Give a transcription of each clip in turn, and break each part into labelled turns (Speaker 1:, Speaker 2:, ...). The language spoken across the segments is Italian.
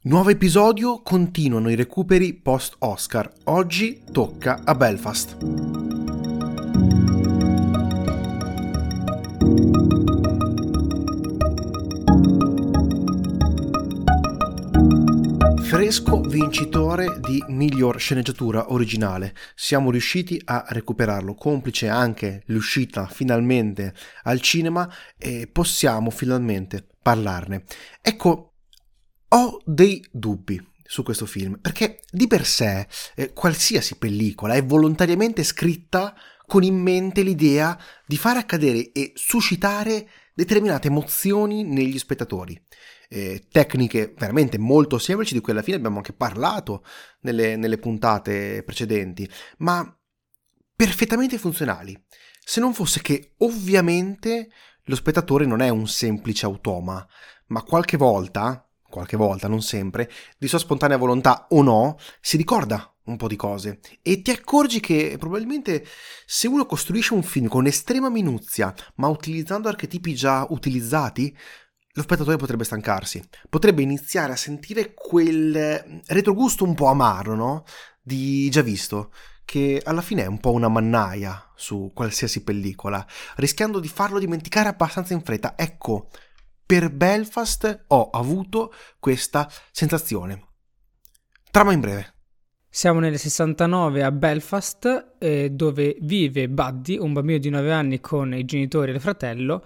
Speaker 1: Nuovo episodio, continuano i recuperi post-Oscar. Oggi tocca a Belfast. Fresco vincitore di miglior sceneggiatura originale. Siamo riusciti a recuperarlo, complice anche l'uscita finalmente al cinema e possiamo finalmente parlarne. Ecco, ho dei dubbi su questo film, perché di per sé qualsiasi pellicola è volontariamente scritta con in mente l'idea di far accadere e suscitare determinate emozioni negli spettatori. Tecniche veramente molto semplici, di cui alla fine abbiamo anche parlato nelle puntate precedenti, ma perfettamente funzionali. Se non fosse che ovviamente lo spettatore non è un semplice automa, ma qualche volta, non sempre, di sua spontanea volontà o no, si ricorda un po' di cose e ti accorgi che probabilmente se uno costruisce un film con estrema minuzia, ma utilizzando archetipi già utilizzati, lo spettatore potrebbe stancarsi, potrebbe iniziare a sentire quel retrogusto un po' amaro, no? Di già visto, che alla fine è un po' una mannaia su qualsiasi pellicola, rischiando di farlo dimenticare abbastanza in fretta. Ecco, per Belfast ho avuto questa sensazione. Trama in breve.
Speaker 2: Siamo nel 69 a Belfast, dove vive Buddy, un bambino di 9 anni con i genitori e il fratello.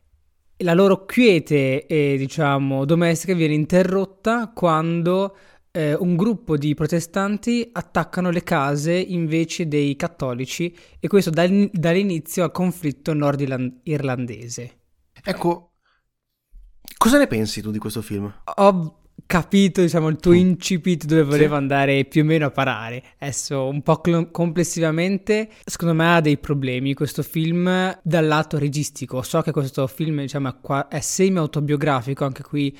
Speaker 2: La loro quiete, domestica viene interrotta quando un gruppo di protestanti attaccano le case invece dei cattolici, e questo dall'inizio al conflitto nord-irlandese.
Speaker 1: Ecco, cosa ne pensi tu di questo film?
Speaker 2: Ho capito, il tuo incipit dove voleva
Speaker 1: Sì.
Speaker 2: andare più o meno a parare. Adesso, un po' complessivamente, secondo me ha dei problemi questo film dal lato registico. So che questo film, è semi-autobiografico, anche qui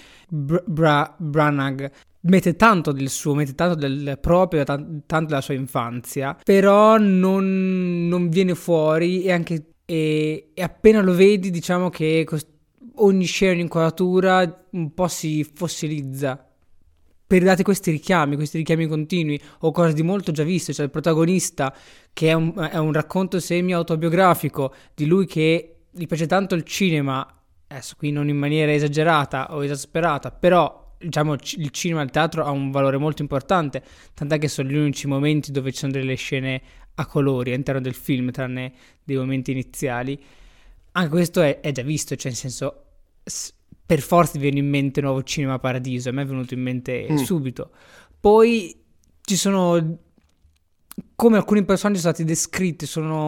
Speaker 2: Branagh mette tanto del suo, mette tanto del proprio, tanto della sua infanzia, però non viene fuori e appena lo vedi, diciamo che ogni scena, ogni inquadratura un po' si fossilizza per dare questi richiami continui o cose di molto già viste. Cioè il protagonista che è un racconto semi-autobiografico di lui che gli piace tanto il cinema, adesso qui non in maniera esagerata o esasperata, però diciamo il cinema e il teatro ha un valore molto importante, tant'è che sono gli unici momenti dove ci sono delle scene a colori all'interno del film, tranne dei momenti iniziali. Anche questo è già visto, cioè nel senso, per forza ti viene in mente Nuovo Cinema Paradiso. A me è venuto in mente subito. Poi ci sono, come alcuni personaggi sono stati descritti,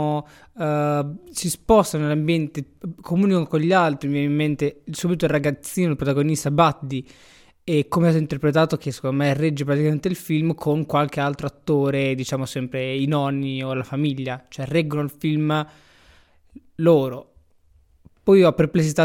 Speaker 2: si spostano nell'ambiente, comunicano con gli altri. Mi viene in mente subito il ragazzino, il protagonista Buddy, e come è stato interpretato, che secondo me regge praticamente il film, con qualche altro attore, diciamo sempre i nonni o la famiglia, cioè reggono il film loro. Poi ho perplessità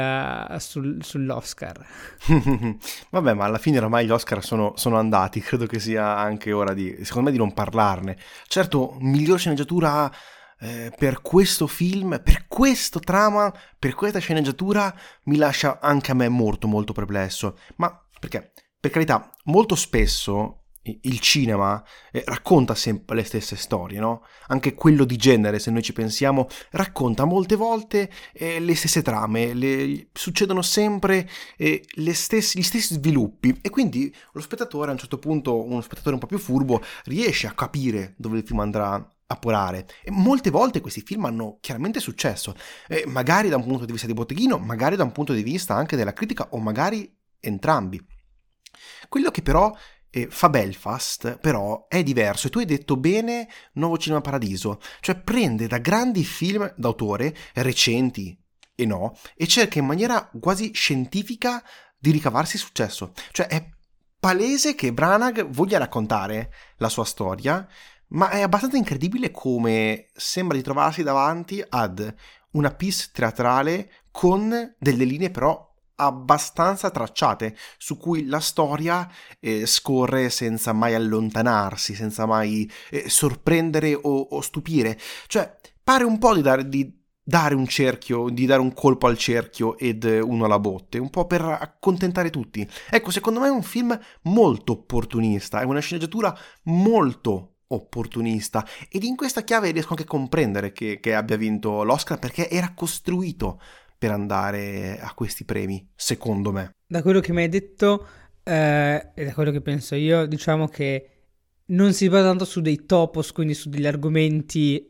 Speaker 2: sull'Oscar.
Speaker 1: Vabbè, ma alla fine oramai gli Oscar sono andati, credo che sia anche ora secondo me, di non parlarne. Certo, miglior sceneggiatura per questo film, per questo trama, per questa sceneggiatura mi lascia anche a me molto molto perplesso. Ma perché? Per carità, molto spesso il cinema racconta sempre le stesse storie, no? Anche quello di genere, se noi ci pensiamo, racconta molte volte le stesse trame, succedono sempre gli stessi sviluppi, e quindi lo spettatore a un certo punto, uno spettatore un po' più furbo, riesce a capire dove il film andrà a porare. E molte volte questi film hanno chiaramente successo, magari da un punto di vista di botteghino, magari da un punto di vista anche della critica, o magari entrambi. Quello che però fa Belfast però è diverso, e tu hai detto bene Nuovo Cinema Paradiso, cioè prende da grandi film d'autore, recenti e no, e cerca in maniera quasi scientifica di ricavarsi successo. Cioè è palese che Branagh voglia raccontare la sua storia, ma è abbastanza incredibile come sembra di trovarsi davanti ad una pièce teatrale con delle linee però abbastanza tracciate, su cui la storia scorre senza mai allontanarsi, senza mai sorprendere o stupire. Cioè pare un po' di dare un cerchio, di dare un colpo al cerchio ed uno alla botte, un po' per accontentare tutti. Ecco, secondo me è un film molto opportunista, è una sceneggiatura molto opportunista, ed in questa chiave riesco anche a comprendere che abbia vinto l'Oscar, perché era costruito per andare a questi premi, secondo me.
Speaker 2: Da quello che mi hai detto e da quello che penso io, diciamo che non si basa tanto su dei topos, quindi su degli argomenti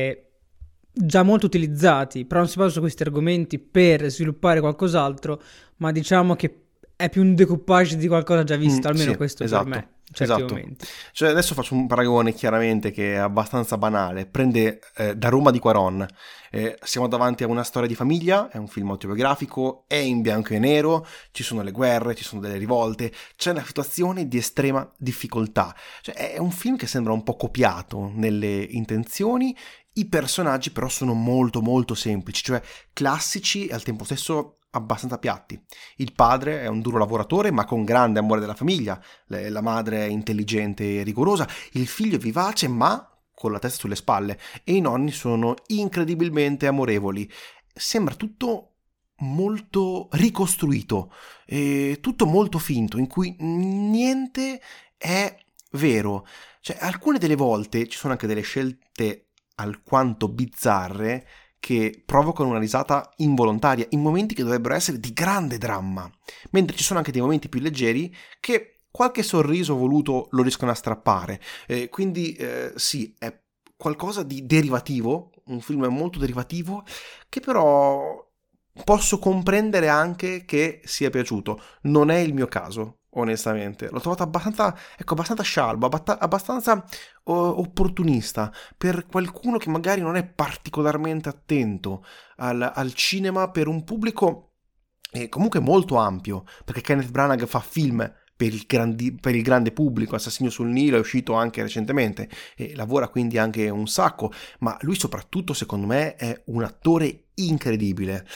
Speaker 2: già molto utilizzati, però non si basa su questi argomenti per sviluppare qualcos'altro, ma diciamo che è più un decoupage di qualcosa già visto, almeno
Speaker 1: Sì,
Speaker 2: questo
Speaker 1: esatto,
Speaker 2: per me, in certi
Speaker 1: esatto.
Speaker 2: momenti.
Speaker 1: Cioè, adesso faccio un paragone chiaramente che è abbastanza banale. Prende da Roma di Quaron. Siamo davanti a una storia di famiglia, è un film autobiografico, è in bianco e nero, ci sono le guerre, ci sono delle rivolte, c'è una situazione di estrema difficoltà. Cioè, è un film che sembra un po' copiato nelle intenzioni. I personaggi però sono molto molto semplici, cioè classici e al tempo stesso abbastanza piatti. Il padre è un duro lavoratore ma con grande amore della famiglia, la madre è intelligente e rigorosa, il figlio è vivace ma con la testa sulle spalle, e i nonni sono incredibilmente amorevoli. Sembra tutto molto ricostruito, tutto molto finto, in cui niente è vero. Cioè, alcune delle volte ci sono anche delle scelte alquanto bizzarre che provocano una risata involontaria in momenti che dovrebbero essere di grande dramma, mentre ci sono anche dei momenti più leggeri che qualche sorriso voluto lo riescono a strappare. Quindi sì, è qualcosa di derivativo, un film molto derivativo, che però posso comprendere anche che sia piaciuto. Non è il mio caso, onestamente. L'ho trovato abbastanza scialbo, abbastanza opportunista per qualcuno che magari non è particolarmente attento al cinema, per un pubblico comunque molto ampio, perché Kenneth Branagh fa film per il grande pubblico. Assassino sul Nilo è uscito anche recentemente e lavora quindi anche un sacco, ma lui soprattutto secondo me è un attore incredibile.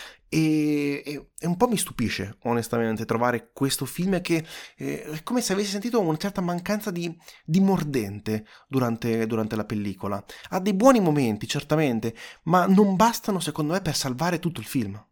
Speaker 1: E un po' mi stupisce onestamente trovare questo film che è come se avessi sentito una certa mancanza di mordente durante la pellicola. Ha dei buoni momenti certamente, ma non bastano secondo me per salvare tutto il film.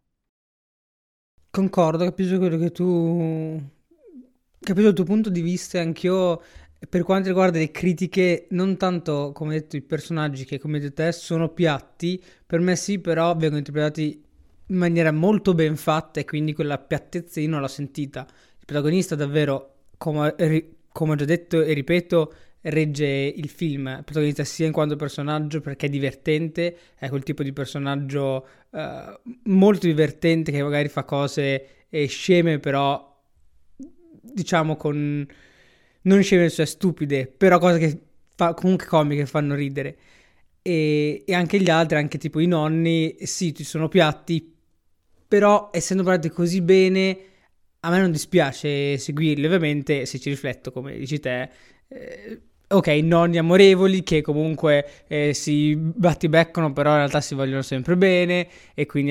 Speaker 2: Concordo, capisco quello che tu... Capisco il tuo punto di vista e anch'io per quanto riguarda le critiche, non tanto come hai detto i personaggi che come hai detto te sono piatti, per me sì, però vengono interpretati in maniera molto ben fatta e quindi quella piattezza io non l'ho sentita. Il protagonista davvero, come ho già detto e ripeto, regge il film. Il protagonista sia in quanto personaggio perché è divertente, è quel tipo di personaggio molto divertente che magari fa cose sceme però diciamo con non sceme cioè stupide, però cose che comunque comiche fanno ridere. E anche gli altri, anche tipo i nonni, sì, ci sono piatti, però essendo parlati così bene, a me non dispiace seguirli, ovviamente se ci rifletto, come dici te, ok, nonni amorevoli che comunque si battibeccano, però in realtà si vogliono sempre bene e quindi è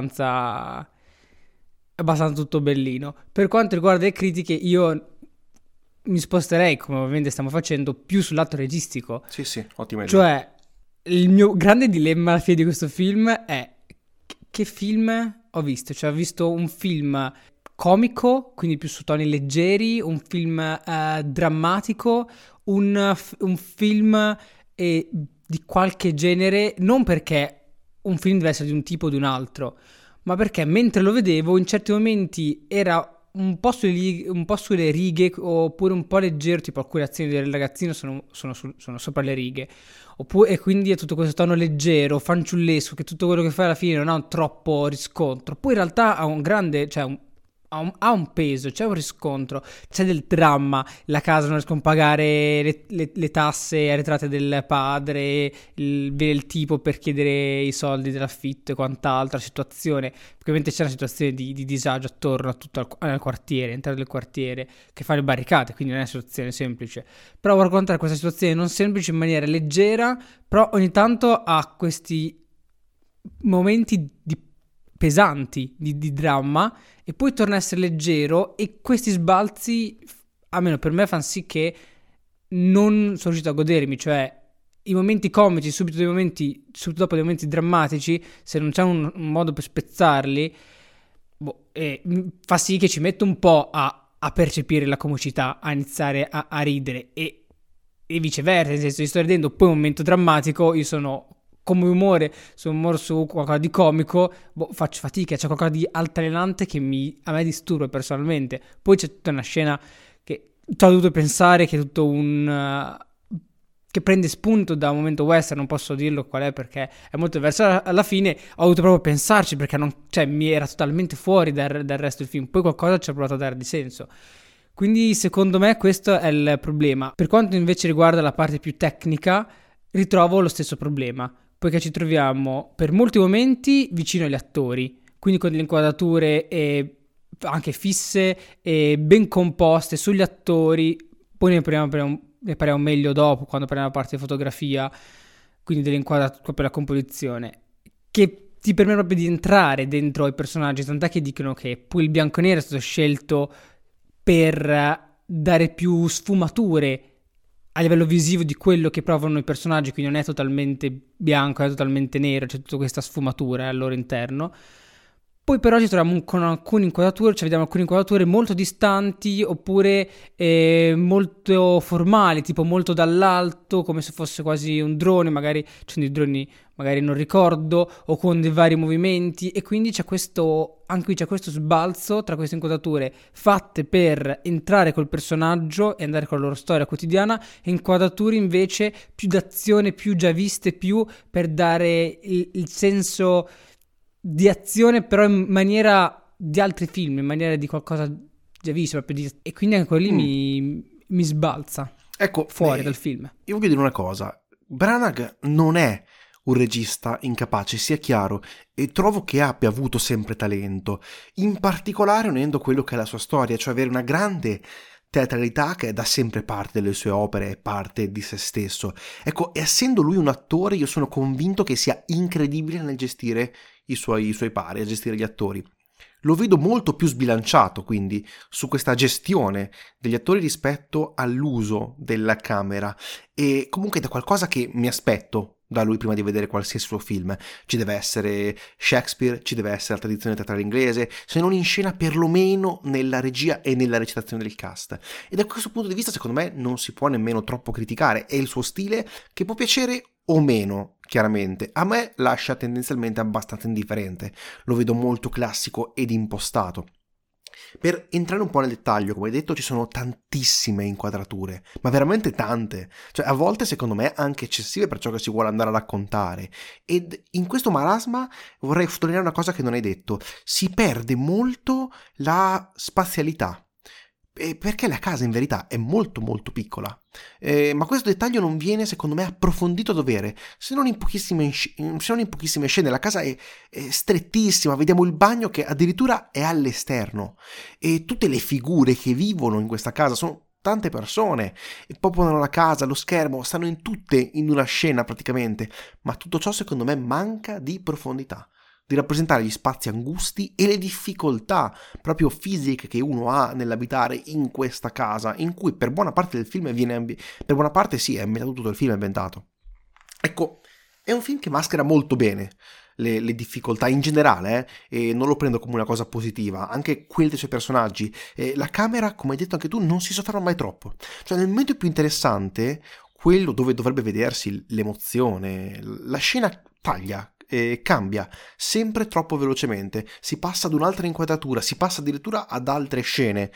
Speaker 2: abbastanza tutto bellino. Per quanto riguarda le critiche, io mi sposterei, come ovviamente stiamo facendo, più sul lato registico.
Speaker 1: Sì, sì, ottima idea.
Speaker 2: Cioè, il mio grande dilemma alla fine di questo film è che film ho visto? Cioè, ho visto un film comico, quindi più su toni leggeri, un film drammatico, un film di qualche genere, non perché un film deve essere di un tipo o di un altro, ma perché mentre lo vedevo in certi momenti era un po' sulle righe oppure un po' leggero, tipo alcune azioni del ragazzino sono sopra le righe, e quindi è tutto questo tono leggero, fanciullesco, che tutto quello che fa alla fine non ha un troppo riscontro, poi in realtà ha un grande, cioè ha un peso, c'è un riscontro, c'è del dramma, la casa non riescono a pagare le tasse arretrate del padre, viene il tipo per chiedere i soldi dell'affitto e quant'altra situazione, perché ovviamente c'è una situazione di disagio attorno a tutto al quartiere, all'interno del quartiere, che fa le barricate, quindi non è una situazione semplice, però vuole raccontare questa situazione non semplice in maniera leggera, però ogni tanto ha questi momenti pesanti di dramma e poi torna a essere leggero, e questi sbalzi almeno per me fanno sì che non sono riuscito a godermi, cioè i momenti comici subito dopo dei momenti drammatici, se non c'è un modo per spezzarli, fa sì che ci metta un po' a percepire la comicità, a iniziare a ridere, e viceversa, nel senso, io sto ridendo, poi un momento drammatico, io sono come umore su qualcosa di comico, faccio fatica, c'è qualcosa di altalenante che a me disturba personalmente. Poi c'è tutta una scena che ci ho dovuto pensare, che è tutto che prende spunto da un momento western, non posso dirlo qual è perché è molto diverso. Alla fine ho dovuto proprio pensarci, perché mi era totalmente fuori dal resto del film. Poi qualcosa ci ha provato a dare di senso. Quindi secondo me questo è il problema. Per quanto invece riguarda la parte più tecnica, ritrovo lo stesso problema, poiché ci troviamo per molti momenti vicino agli attori, quindi con delle inquadrature anche fisse e ben composte sugli attori. Poi ne parliamo meglio dopo, quando parliamo della parte di fotografia, quindi delle inquadrature per la composizione, che ti permette proprio di entrare dentro i personaggi, tant'è che dicono che poi il bianco e nero è stato scelto per dare più sfumature a livello visivo di quello che provano i personaggi, quindi non è totalmente bianco, è totalmente nero, c'è tutta questa sfumatura al loro interno. Poi però ci troviamo con alcune inquadrature, vediamo alcune inquadrature molto distanti, oppure molto formali, tipo molto dall'alto, come se fosse quasi un drone, magari ci sono dei droni, magari non ricordo, o con dei vari movimenti, e quindi anche qui c'è questo sbalzo tra queste inquadrature fatte per entrare col personaggio e andare con la loro storia quotidiana, e inquadrature invece più d'azione, più già viste, più per dare il senso di azione, però in maniera di altri film, in maniera di qualcosa già visto, e quindi anche quello lì mi sbalza, ecco, fuori dal film.
Speaker 1: Io voglio dire una cosa: Branagh non è un regista incapace, sia chiaro, e trovo che abbia avuto sempre talento, in particolare unendo quello che è la sua storia, cioè avere una grande teatralità che è da sempre parte delle sue opere e parte di se stesso. Ecco, essendo lui un attore, io sono convinto che sia incredibile nel gestire i suoi pari, a gestire gli attori. Lo vedo molto più sbilanciato, quindi, su questa gestione degli attori rispetto all'uso della camera, e comunque da qualcosa che mi aspetto da lui prima di vedere qualsiasi suo film. Ci deve essere Shakespeare, ci deve essere la tradizione teatrale inglese, se non in scena perlomeno nella regia e nella recitazione del cast. E da questo punto di vista secondo me non si può nemmeno troppo criticare, è il suo stile che può piacere o meno, chiaramente. A me lascia tendenzialmente abbastanza indifferente, lo vedo molto classico ed impostato. Per entrare un po' nel dettaglio, come hai detto, ci sono tantissime inquadrature, ma veramente tante, cioè a volte secondo me anche eccessive per ciò che si vuole andare a raccontare. Ed in questo marasma vorrei sottolineare una cosa che non hai detto: si perde molto la spazialità. Perché la casa in verità è molto molto piccola, ma questo dettaglio non viene secondo me approfondito a dovere, se non in pochissime scene. La casa è strettissima, vediamo il bagno che addirittura è all'esterno, e tutte le figure che vivono in questa casa sono tante persone e popolano la casa, lo schermo, stanno tutte in una scena praticamente, ma tutto ciò secondo me manca di profondità, di rappresentare gli spazi angusti e le difficoltà proprio fisiche che uno ha nell'abitare in questa casa, in cui per buona parte del film per buona parte sì, è ambientato, tutto il film è ambientato. Ecco, è un film che maschera molto bene le difficoltà in generale, e non lo prendo come una cosa positiva, anche quelli dei suoi personaggi. La camera, come hai detto anche tu, non si sofferma mai troppo, cioè nel momento più interessante, quello dove dovrebbe vedersi l'emozione, la scena taglia, cambia sempre troppo velocemente, si passa ad un'altra inquadratura, si passa addirittura ad altre scene.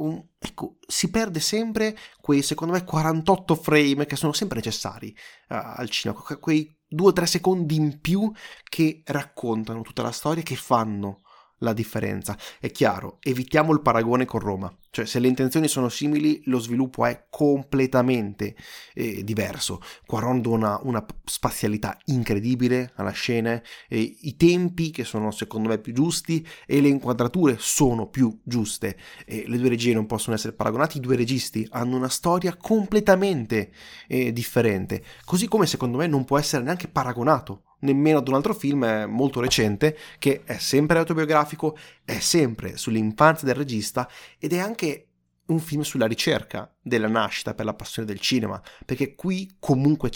Speaker 1: Ecco, si perde sempre quei, secondo me, 48 frame che sono sempre necessari al cinema, quei 2-3 secondi in più che raccontano tutta la storia, che fanno la differenza. È chiaro, evitiamo il paragone con Roma, cioè se le intenzioni sono simili lo sviluppo è completamente diverso. Quaron dona una spazialità incredibile alla scena, i tempi che sono secondo me più giusti e le inquadrature sono più giuste, le due regie non possono essere paragonate, i due registi hanno una storia completamente differente, così come secondo me non può essere neanche paragonato nemmeno ad un altro film molto recente che è sempre autobiografico, è sempre sull'infanzia del regista ed è anche un film sulla ricerca della nascita per la passione del cinema, perché qui comunque c'è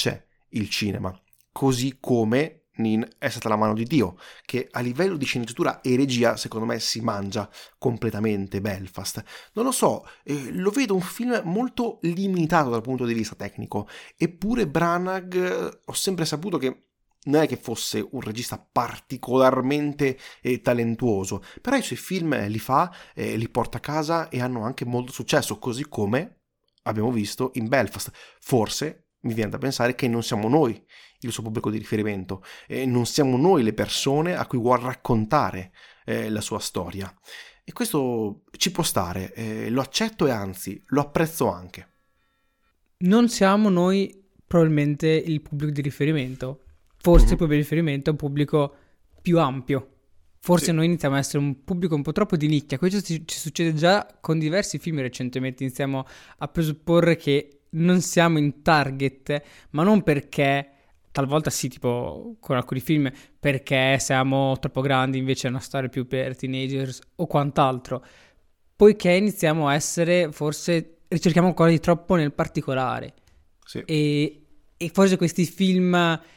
Speaker 1: il cinema, così come Nin è stata la mano di Dio, che a livello di sceneggiatura e regia secondo me si mangia completamente Belfast. Non lo so, lo vedo un film molto limitato dal punto di vista tecnico, eppure Branagh ho sempre saputo che non è che fosse un regista particolarmente talentuoso, però i suoi film li fa, li porta a casa e hanno anche molto successo, così come abbiamo visto in Belfast. Forse mi viene da pensare che non siamo noi il suo pubblico di riferimento, non siamo noi le persone a cui vuol raccontare la sua storia. E questo ci può stare, lo accetto e anzi lo apprezzo anche.
Speaker 2: Non siamo noi probabilmente il pubblico di riferimento, forse il pubblico di riferimento è un pubblico più ampio. Forse noi iniziamo a essere un pubblico un po' troppo di nicchia. Questo ci succede già con diversi film recentemente. Iniziamo a presupporre che non siamo in target, ma non perché, talvolta sì, tipo con alcuni film, perché siamo troppo grandi, invece è una storia più per teenagers o quant'altro. Poiché iniziamo a essere, forse ricerchiamo qualcosa di troppo nel particolare.
Speaker 1: Sì.
Speaker 2: E forse questi film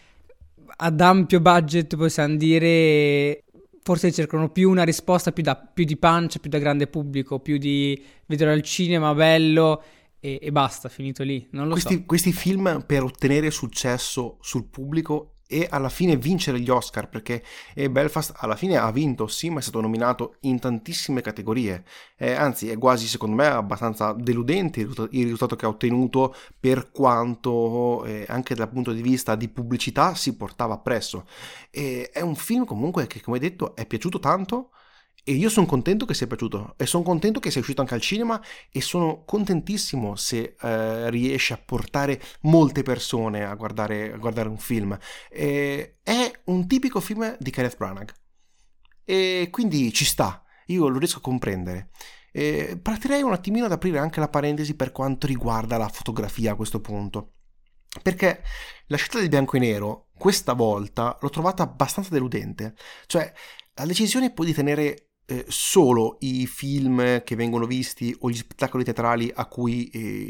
Speaker 2: ad ampio budget, possiamo dire, forse cercano più una risposta più di pancia, più da grande pubblico, più di vedere al cinema bello e basta, finito lì. Non lo so.
Speaker 1: Questi film per ottenere successo sul pubblico e alla fine vincere gli Oscar, perché Belfast alla fine ha vinto, sì, ma è stato nominato in tantissime categorie, anzi è quasi, secondo me, abbastanza deludente il risultato che ha ottenuto, per quanto anche dal punto di vista di pubblicità si portava appresso. È un film comunque che, come detto, è piaciuto tanto. E io sono contento che sia piaciuto e sono contento che sia uscito anche al cinema e sono contentissimo se riesce a portare molte persone a guardare un film. È un tipico film di Kenneth Branagh e quindi ci sta, io lo riesco a comprendere. Partirei un attimino ad aprire anche la parentesi per quanto riguarda la fotografia a questo punto, perché la scelta del bianco e nero questa volta l'ho trovata abbastanza deludente. Cioè la decisione poi di tenere solo i film che vengono visti o gli spettacoli teatrali a cui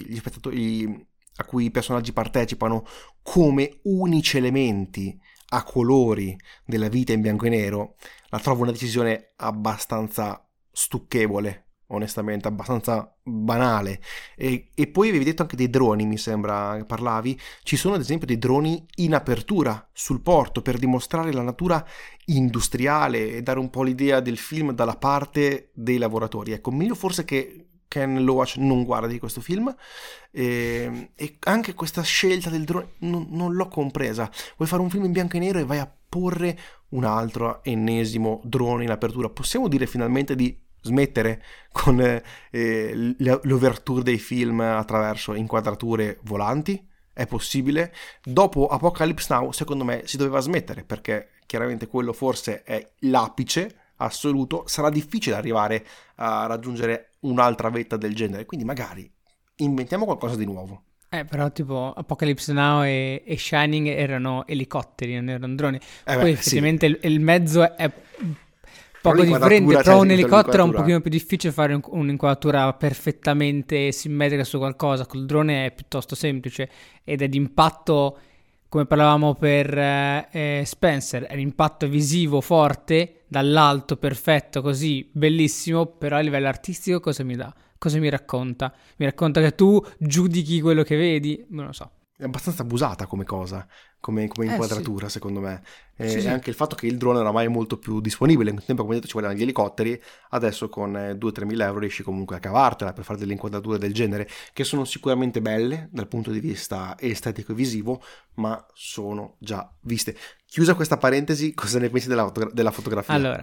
Speaker 1: a cui i personaggi partecipano come unici elementi a colori della vita in bianco e nero, la trovo una decisione abbastanza stucchevole, onestamente, abbastanza banale. E poi avevi detto anche dei droni, mi sembra che parlavi. Ci sono ad esempio dei droni in apertura sul porto per dimostrare la natura industriale e dare un po' l'idea del film dalla parte dei lavoratori. Ecco, meglio forse che Ken Loach non guardi questo film, e anche questa scelta del drone non l'ho compresa. Vuoi fare un film in bianco e nero e vai a porre un altro ennesimo drone in apertura? Possiamo dire finalmente di smettere con l'ouverture dei film attraverso inquadrature volanti? È possibile? Dopo Apocalypse Now secondo me si doveva smettere, perché chiaramente quello forse è l'apice assoluto. Sarà difficile arrivare a raggiungere un'altra vetta del genere, quindi magari inventiamo qualcosa di nuovo.
Speaker 2: Però tipo Apocalypse Now e Shining erano elicotteri, non erano droni. Poi effettivamente sì. Il mezzo è poco differente, però un elicottero è un pochino più difficile fare un'inquadratura perfettamente simmetrica su qualcosa. Col drone è piuttosto semplice ed è d'impatto, come parlavamo per Spencer, è l'impatto visivo forte, dall'alto perfetto, così bellissimo, però a livello artistico cosa mi dà? Cosa mi racconta? Mi racconta che tu giudichi quello che vedi? Non lo so.
Speaker 1: È abbastanza abusata come cosa, come inquadratura, sì. Secondo me.
Speaker 2: Sì.
Speaker 1: Anche il fatto che il drone oramai è molto più disponibile. Un tempo, come detto, ci volevano gli elicotteri, adesso con 2-3 mila euro riesci comunque a cavartela per fare delle inquadrature del genere, che sono sicuramente belle dal punto di vista estetico e visivo, ma sono già viste. Chiusa questa parentesi, cosa ne pensi della fotografia?
Speaker 2: Allora,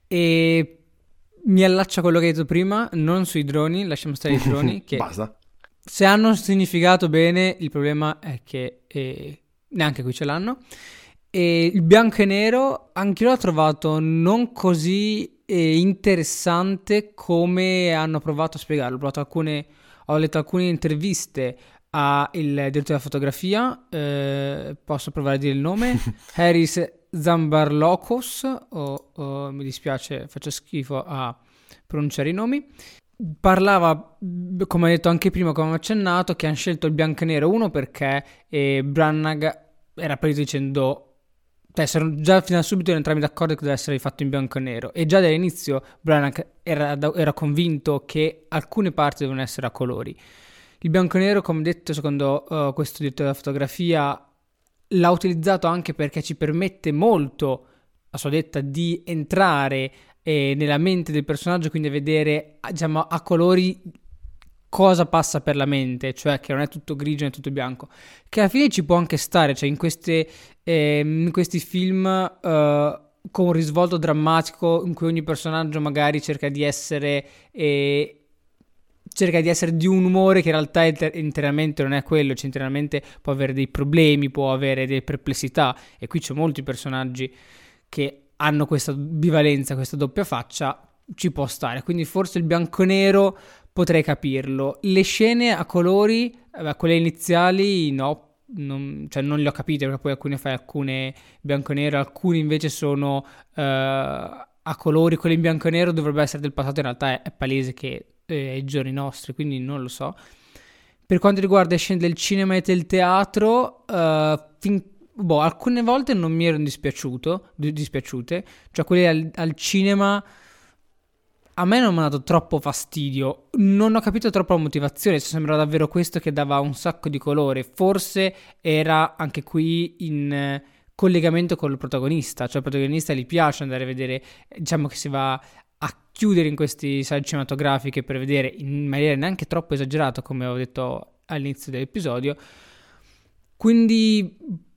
Speaker 2: mi allaccio a quello che hai detto prima, non sui droni, lasciamo stare i droni, che
Speaker 1: basta.
Speaker 2: Se hanno un significato bene, il problema è che neanche qui ce l'hanno. E il bianco e nero anche io l'ho trovato non così interessante come hanno provato a spiegarlo. Ho letto alcune interviste al direttore della fotografia, posso provare a dire il nome, Haris Zambarlokos, mi dispiace, faccio schifo a pronunciare i nomi. Parlava, come ho detto anche prima, come ho accennato, che hanno scelto il bianco e nero, uno perché Branagh era partito dicendo, già fin da subito entrambi d'accordo che deve essere fatto in bianco e nero, e già dall'inizio Branagh era convinto che alcune parti devono essere a colori. Il bianco e nero, come detto, secondo questo direttore della fotografia, l'ha utilizzato anche perché ci permette molto, a sua detta, di entrare nella mente del personaggio, quindi vedere, diciamo, a colori cosa passa per la mente, cioè che non è tutto grigio, non è tutto bianco, che alla fine ci può anche stare, cioè in questi film con un risvolto drammatico in cui ogni personaggio magari cerca di essere di un umore che in realtà internamente non è quello, cioè internamente può avere dei problemi, può avere delle perplessità, e qui c'è molti personaggi che hanno questa bivalenza, questa doppia faccia, ci può stare, quindi forse il bianco e nero potrei capirlo. Le scene a colori, quelle iniziali no, cioè non le ho capite, perché poi alcune bianco e nero, alcune invece sono a colori. Quelle in bianco e nero dovrebbe essere del passato, in realtà è palese che è i giorni nostri, quindi non lo so. Per quanto riguarda le scene del cinema e del teatro, alcune volte non mi erano dispiaciute, cioè quelle al cinema a me non mi ha dato troppo fastidio, non ho capito troppo la motivazione, sembra davvero questo che dava un sacco di colore, forse era anche qui in collegamento con il protagonista, cioè il protagonista gli piace andare a vedere, diciamo che si va a chiudere in queste sale cinematografiche per vedere in maniera neanche troppo esagerata, come ho detto all'inizio dell'episodio, quindi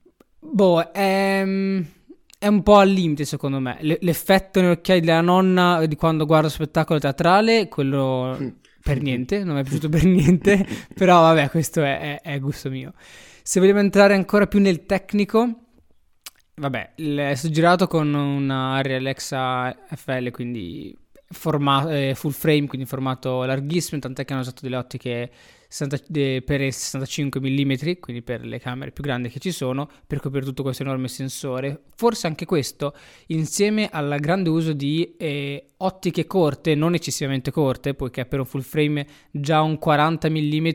Speaker 2: è un po' al limite secondo me. L'effetto negli occhiali della nonna di quando guardo spettacolo teatrale, quello per niente, non mi è piaciuto per niente, però vabbè, questo è gusto mio. Se vogliamo entrare ancora più nel tecnico, vabbè, è girato con una Arri Alexa FL, quindi full frame, quindi formato larghissimo, tant'è che hanno usato delle ottiche per il 65 mm, quindi per le camere più grandi che ci sono, per coprire tutto questo enorme sensore. Forse anche questo, insieme al grande uso di ottiche corte, non eccessivamente corte, poiché per un full frame già un 40 mm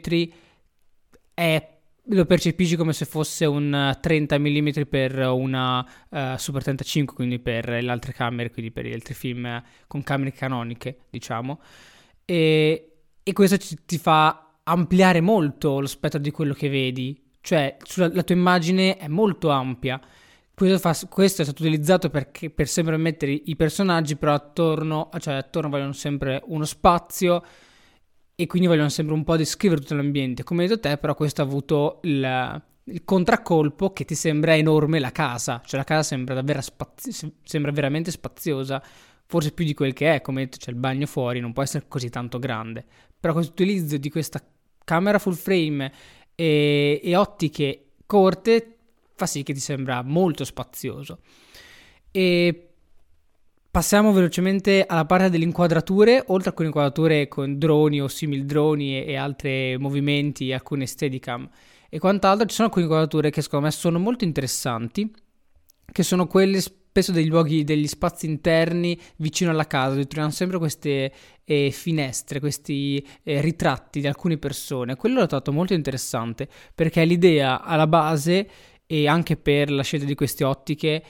Speaker 2: lo percepisci come se fosse un 30 mm per una Super 35, quindi per le altre camere, quindi per gli altri film con camere canoniche, diciamo. E questo ti fa ampliare molto lo spettro di quello che vedi, cioè la tua immagine è molto ampia. Questo è stato utilizzato per sempre mettere i personaggi, però attorno vogliono sempre uno spazio e quindi vogliono sempre un po' descrivere tutto l'ambiente. Come hai detto te, però questo ha avuto il contraccolpo che ti sembra enorme la casa, cioè la casa sembra veramente spaziosa, forse più di quel che è, come detto c'è il bagno fuori, non può essere così tanto grande, però questo utilizzo di questa camera full frame e ottiche corte fa sì che ti sembra molto spazioso. E passiamo velocemente alla parte delle inquadrature. Oltre a alcune inquadrature con droni o simil droni e altri movimenti, alcune steadicam e quant'altro, ci sono alcune inquadrature che secondo me sono molto interessanti, che sono quelle spesso dei luoghi, degli spazi interni vicino alla casa, dove troviamo sempre queste finestre, questi ritratti di alcune persone. Quello l'ho trovato molto interessante, perché l'idea alla base, e anche per la scelta di queste ottiche,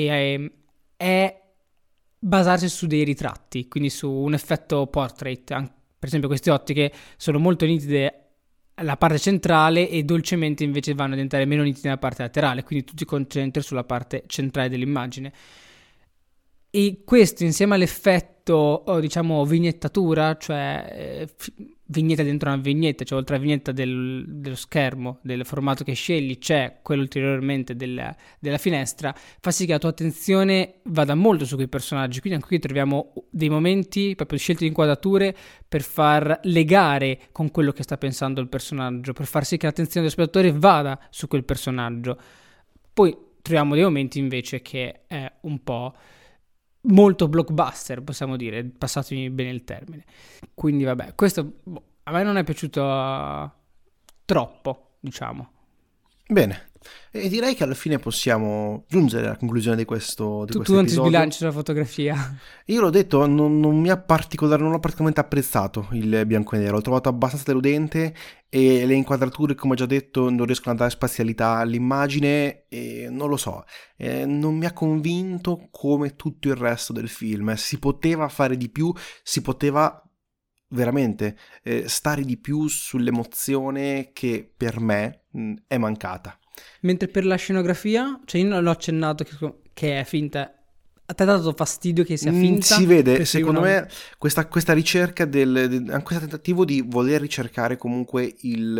Speaker 2: è basarsi su dei ritratti, quindi su un effetto portrait. Per esempio queste ottiche sono molto nitide alla parte centrale e dolcemente invece vanno a diventare meno nitide nella parte laterale, quindi tu ti concentri sulla parte centrale dell'immagine. E questo insieme all'effetto, diciamo, vignettatura, cioè vignetta dentro una vignetta, cioè oltre alla vignetta dello schermo, del formato che scegli, c'è quello ulteriormente della finestra, fa sì che la tua attenzione vada molto su quei personaggi. Quindi anche qui troviamo dei momenti, proprio scelte di inquadrature, per far legare con quello che sta pensando il personaggio, per far sì che l'attenzione dello spettatore vada su quel personaggio. Poi troviamo dei momenti invece che è un po' molto blockbuster, possiamo dire, passatemi bene il termine. Quindi vabbè, questo a me non è piaciuto troppo, diciamo.
Speaker 1: Bene, E direi che alla fine possiamo giungere alla conclusione di questo
Speaker 2: Tu non ti
Speaker 1: episodio.
Speaker 2: sbilanci sulla fotografia.
Speaker 1: Io l'ho detto, non mi ha non ho praticamente apprezzato il bianco e nero, l'ho trovato abbastanza deludente e le inquadrature, come ho già detto, non riescono a dare spazialità all'immagine e non lo so, non mi ha convinto come tutto il resto del film. Si poteva fare di più, si poteva veramente stare di più sull'emozione che per me è mancata.
Speaker 2: Mentre per la scenografia, cioè io non l'ho accennato che è finta. A te ha dato fastidio che sia finta?
Speaker 1: Si vede,
Speaker 2: Preferivi
Speaker 1: secondo
Speaker 2: una-
Speaker 1: me, questa ricerca anche questo tentativo di voler ricercare comunque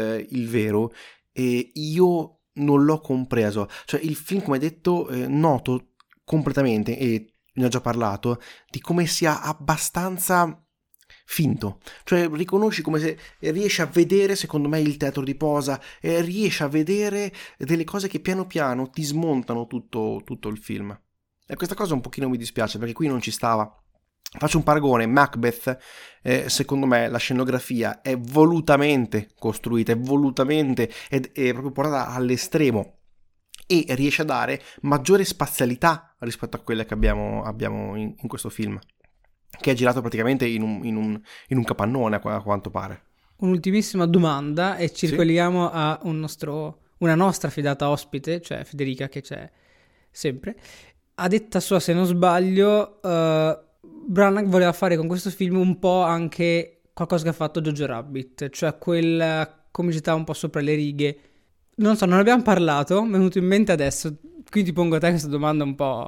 Speaker 1: il vero, e io non l'ho compreso. Cioè, il film, come detto, noto completamente, e ne ho già parlato, di come sia abbastanza finto. Cioè, riconosci come se riesci a vedere, secondo me, il teatro di posa, e riesci a vedere delle cose che piano piano ti smontano tutto il film. E questa cosa un pochino mi dispiace, perché qui non ci stava. Faccio un paragone: Macbeth, secondo me la scenografia è volutamente costruita, è volutamente ed è proprio portata all'estremo, e riesce a dare maggiore spazialità rispetto a quelle che abbiamo in questo film, che è girato praticamente in un capannone, a quanto pare.
Speaker 2: Un'ultimissima domanda e ci
Speaker 1: Sì?
Speaker 2: ricolleghiamo a una nostra fidata ospite, cioè Federica, che c'è sempre. A detta sua, se non sbaglio, Branagh voleva fare con questo film un po' anche qualcosa che ha fatto Jojo Rabbit, cioè quella comicità un po' sopra le righe. Non so, non abbiamo parlato, mi è venuto in mente adesso, quindi ti pongo a te questa domanda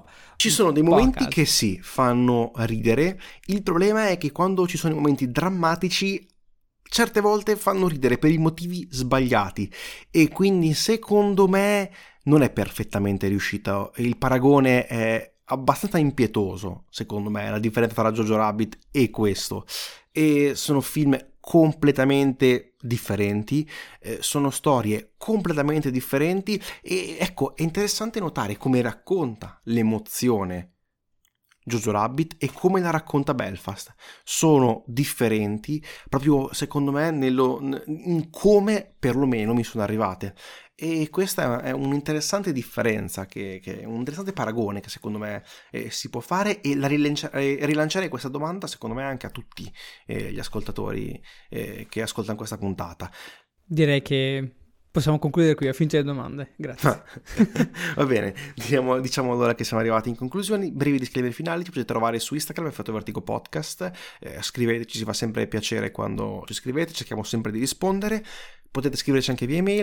Speaker 1: Ci sono dei
Speaker 2: un po' a
Speaker 1: momenti
Speaker 2: caso.
Speaker 1: che sì, fanno ridere. Il problema è che quando ci sono i momenti drammatici, certe volte fanno ridere per i motivi sbagliati, e quindi secondo me non è perfettamente riuscito. Il paragone è abbastanza impietoso, secondo me, la differenza tra Jojo Rabbit e questo. E sono film completamente differenti, sono storie completamente differenti, e ecco, è interessante notare come racconta l'emozione Jojo Rabbit e come la racconta Belfast. Sono differenti proprio, secondo me, in come perlomeno mi sono arrivate, e questa è un'interessante differenza, che è un interessante paragone che secondo me si può fare, e rilanciare questa domanda secondo me anche a tutti gli ascoltatori che ascoltano questa puntata.
Speaker 2: Direi che possiamo concludere qui, a finire le domande. Grazie.
Speaker 1: Va bene, diciamo allora che siamo arrivati in conclusioni. Brevi disclaimer finali: ci potete trovare su Instagram, Effetto Vertigo Podcast, scriveteci, ci fa sempre piacere quando ci scrivete, cerchiamo sempre di rispondere. Potete scriverci anche via email,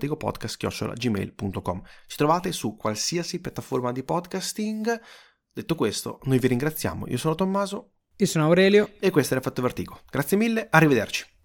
Speaker 1: effettovertigopodcast@gmail.com. Ci trovate su qualsiasi piattaforma di podcasting. Detto questo, noi vi ringraziamo. Io sono Tommaso
Speaker 2: Io sono Aurelio.
Speaker 1: e questo è l'Effetto Vertigo. Grazie mille, arrivederci.